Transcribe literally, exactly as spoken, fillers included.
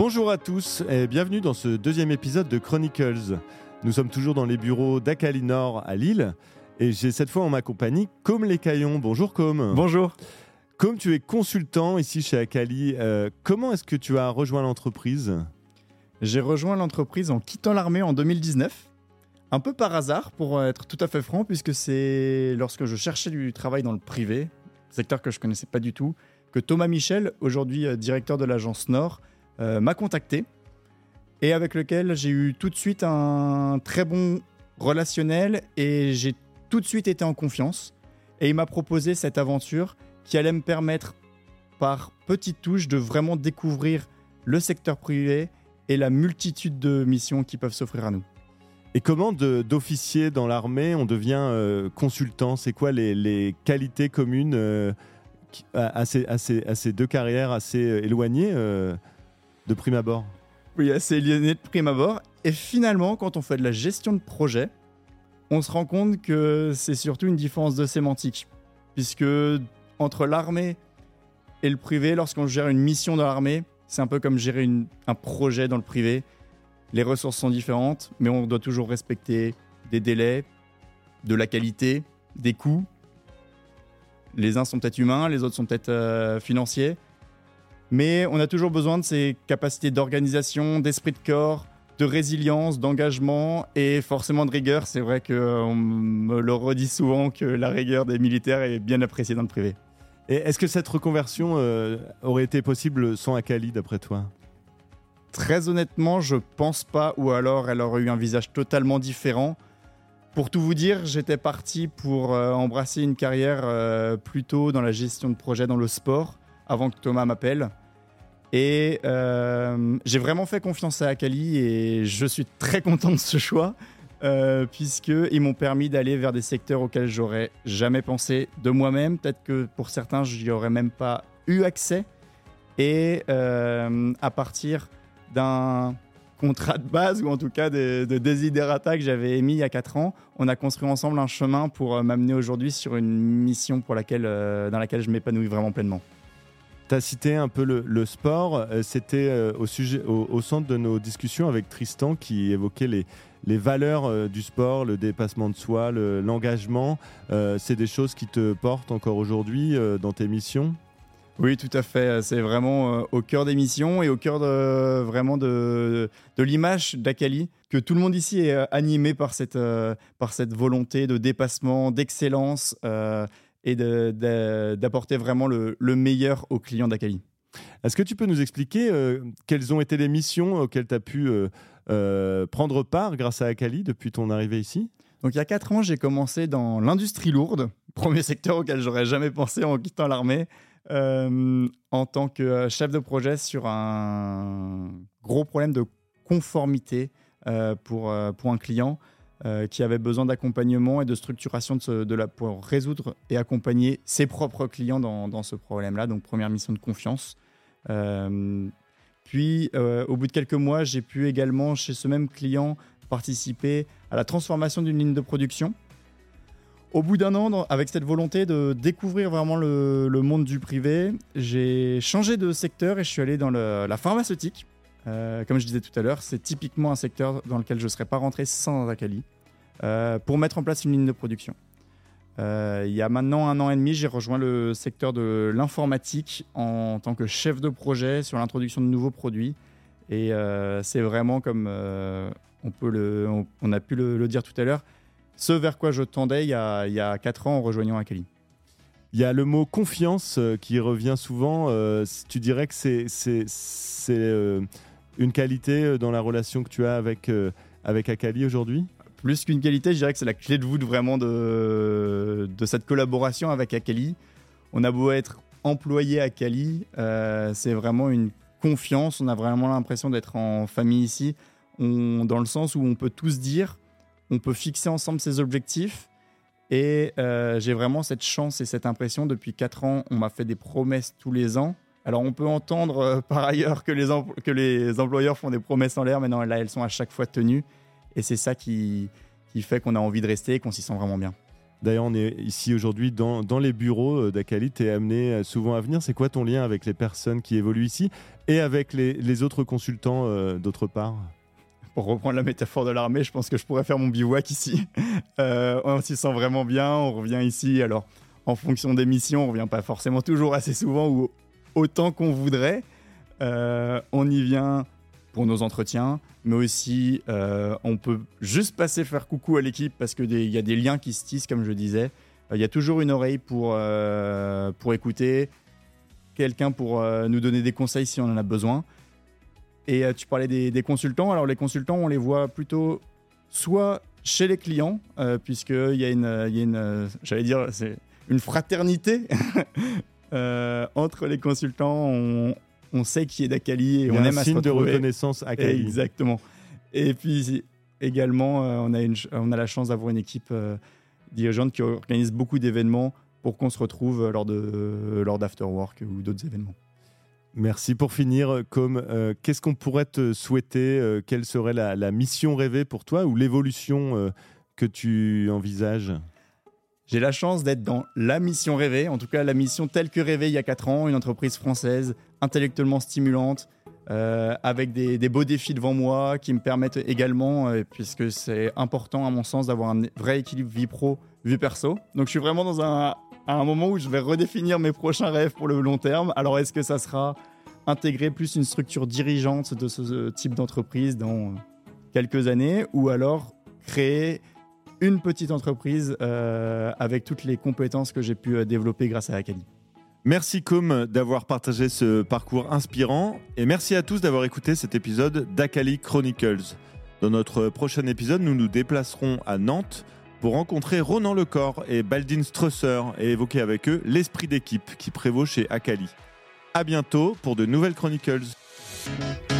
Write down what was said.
Bonjour à tous et bienvenue dans ce deuxième épisode de Chronicles. Nous sommes toujours dans les bureaux d'Acali Nord à Lille et j'ai cette fois en ma compagnie Côme Lécaillon. Bonjour Côme. Bonjour. Côme, tu es consultant ici chez Acali. Euh, comment est-ce que tu as rejoint l'entreprise ? J'ai rejoint l'entreprise en quittant l'armée en deux mille dix-neuf. Un peu par hasard, pour être tout à fait franc, puisque c'est lorsque je cherchais du travail dans le privé, secteur que je ne connaissais pas du tout, que Thomas Michel, aujourd'hui directeur de l'agence Nord, euh, m'a contacté et avec lequel j'ai eu tout de suite un très bon relationnel et j'ai tout de suite été en confiance. Et il m'a proposé cette aventure qui allait me permettre, par petites touches, de vraiment découvrir le secteur privé et la multitude de missions qui peuvent s'offrir à nous. Et comment de, d'officier dans l'armée, on devient euh, consultant ? C'est quoi les, les qualités communes euh, qui, à, à, ces, à, ces, à ces deux carrières assez éloignées euh, de prime abord ? Oui, assez éloignées de prime abord. Et finalement, quand on fait de la gestion de projet, on se rend compte que c'est surtout une différence de sémantique. Puisque entre l'armée et le privé, lorsqu'on gère une mission dans l'armée, c'est un peu comme gérer une, un projet dans le privé. Les ressources sont différentes, mais on doit toujours respecter des délais, de la qualité, des coûts. Les uns sont peut-être humains, les autres sont peut-être euh, financiers. Mais on a toujours besoin de ces capacités d'organisation, d'esprit de corps, de résilience, d'engagement et forcément de rigueur. C'est vrai qu'on me le redit souvent que la rigueur des militaires est bien appréciée dans le privé. Et est-ce que cette reconversion euh, aurait été possible sans Acali, d'après toi ? Très honnêtement, je pense pas, ou alors elle aurait eu un visage totalement différent. Pour tout vous dire, j'étais parti pour euh, embrasser une carrière euh, plutôt dans la gestion de projet dans le sport, avant que Thomas m'appelle. Et euh, j'ai vraiment fait confiance à Acali et je suis très content de ce choix, euh, puisqu'ils m'ont permis d'aller vers des secteurs auxquels j'aurais jamais pensé de moi-même. Peut-être que pour certains, je n'y aurais même pas eu accès. Et euh, à partir d'un contrat de base, ou en tout cas de, de desiderata que j'avais émis il y a quatre ans, on a construit ensemble un chemin pour m'amener aujourd'hui sur une mission pour laquelle, euh, dans laquelle je m'épanouis vraiment pleinement. Tu as cité un peu le, le sport, c'était euh, au, sujet, au, au centre de nos discussions avec Tristan qui évoquait les, les valeurs euh, du sport, le dépassement de soi, le, l'engagement. Euh, c'est des choses qui te portent encore aujourd'hui euh, dans tes missions ? Oui, tout à fait. C'est vraiment euh, au cœur des missions et au cœur de, vraiment de, de l'image d'Acali, que tout le monde ici est animé par cette, euh, par cette volonté de dépassement, d'excellence euh, et de, de, d'apporter vraiment le, le meilleur aux clients d'Acali. Est-ce que tu peux nous expliquer euh, quelles ont été les missions auxquelles tu as pu euh, euh, prendre part grâce à Acali depuis ton arrivée ici ? Donc, il y a quatre ans, j'ai commencé dans l'industrie lourde, premier secteur auquel j'aurais jamais pensé en quittant l'armée. Euh, en tant que chef de projet sur un gros problème de conformité euh, pour, euh, pour un client euh, qui avait besoin d'accompagnement et de structuration de, ce, de la, pour résoudre et accompagner ses propres clients dans, dans ce problème-là. Donc, première mission de confiance. Euh, puis, euh, au bout de quelques mois, j'ai pu également, chez ce même client, participer à la transformation d'une ligne de production. Au bout d'un an, avec cette volonté de découvrir vraiment le, le monde du privé, j'ai changé de secteur et je suis allé dans le, la pharmaceutique. Euh, comme je disais tout à l'heure, c'est typiquement un secteur dans lequel je ne serais pas rentré sans Acali, euh, pour mettre en place une ligne de production. Euh, il y a maintenant un an et demi, j'ai rejoint le secteur de l'informatique en tant que chef de projet sur l'introduction de nouveaux produits. Et euh, c'est vraiment comme euh, on, peut le, on, on a pu le, le dire tout à l'heure, ce vers quoi je tendais il y a, il y a quatre ans en rejoignant Acali. Il y a le mot confiance euh, qui revient souvent. Euh, tu dirais que c'est, c'est, c'est euh, une qualité dans la relation que tu as avec, euh, avec Acali aujourd'hui ? Plus qu'une qualité, je dirais que c'est la clé de voûte vraiment de, de cette collaboration avec Acali. On a beau être employé à Acali, euh, c'est vraiment une confiance. On a vraiment l'impression d'être en famille ici, on, dans le sens où on peut tous dire, on peut fixer ensemble ses objectifs et euh, j'ai vraiment cette chance et cette impression. Depuis quatre ans, on m'a fait des promesses tous les ans. Alors, on peut entendre euh, par ailleurs que les, empl- que les employeurs font des promesses en l'air, mais non, là, elles sont à chaque fois tenues et c'est ça qui, qui fait qu'on a envie de rester et qu'on s'y sent vraiment bien. D'ailleurs, on est ici aujourd'hui dans, dans les bureaux d'Akali. Tu es amené souvent à venir. C'est quoi ton lien avec les personnes qui évoluent ici et avec les, les autres consultants euh, d'autre part ? Pour reprendre la métaphore de l'armée, je pense que je pourrais faire mon bivouac ici. Euh, on s'y sent vraiment bien, on revient ici. Alors, en fonction des missions, on ne revient pas forcément toujours assez souvent ou autant qu'on voudrait. Euh, on y vient pour nos entretiens, mais aussi euh, on peut juste passer faire coucou à l'équipe parce qu'il y a des liens qui se tissent, comme je disais. Il euh, y a toujours une oreille pour, euh, pour écouter, quelqu'un pour euh, nous donner des conseils si on en a besoin. Et euh, tu parlais des, des consultants. Alors les consultants, on les voit plutôt soit chez les clients, euh, puisqu'il y a une, il y a une euh, j'allais dire, c'est une fraternité euh, entre les consultants. On, on sait qui est d'Akali et on aime à se retrouver. Un signe de reconnaissance Akali. Exactement. Et puis également, euh, on, a une, on a la chance d'avoir une équipe euh, dirigeante qui organise beaucoup d'événements pour qu'on se retrouve lors, de, lors d'afterwork ou d'autres événements. Merci. Pour finir, comme euh, qu'est-ce qu'on pourrait te souhaiter euh, quelle serait la, la mission rêvée pour toi ou l'évolution euh, que tu envisages ? J'ai la chance d'être dans la mission rêvée, en tout cas la mission telle que rêvée il y a quatre ans, une entreprise française intellectuellement stimulante, euh, avec des, des beaux défis devant moi qui me permettent également, euh, puisque c'est important à mon sens d'avoir un vrai équilibre vie pro, vie perso. Donc je suis vraiment dans un... à un moment où je vais redéfinir mes prochains rêves pour le long terme. Alors, est-ce que ça sera intégrer plus une structure dirigeante de ce type d'entreprise dans quelques années ou alors créer une petite entreprise euh, avec toutes les compétences que j'ai pu développer grâce à Akali. Merci Com d'avoir partagé ce parcours inspirant et merci à tous d'avoir écouté cet épisode d'Akali Chronicles. Dans notre prochain épisode, nous nous déplacerons à Nantes pour rencontrer Ronan Lecor et Baldine Strusser et évoquer avec eux l'esprit d'équipe qui prévaut chez Akali. À bientôt pour de nouvelles Chronicles.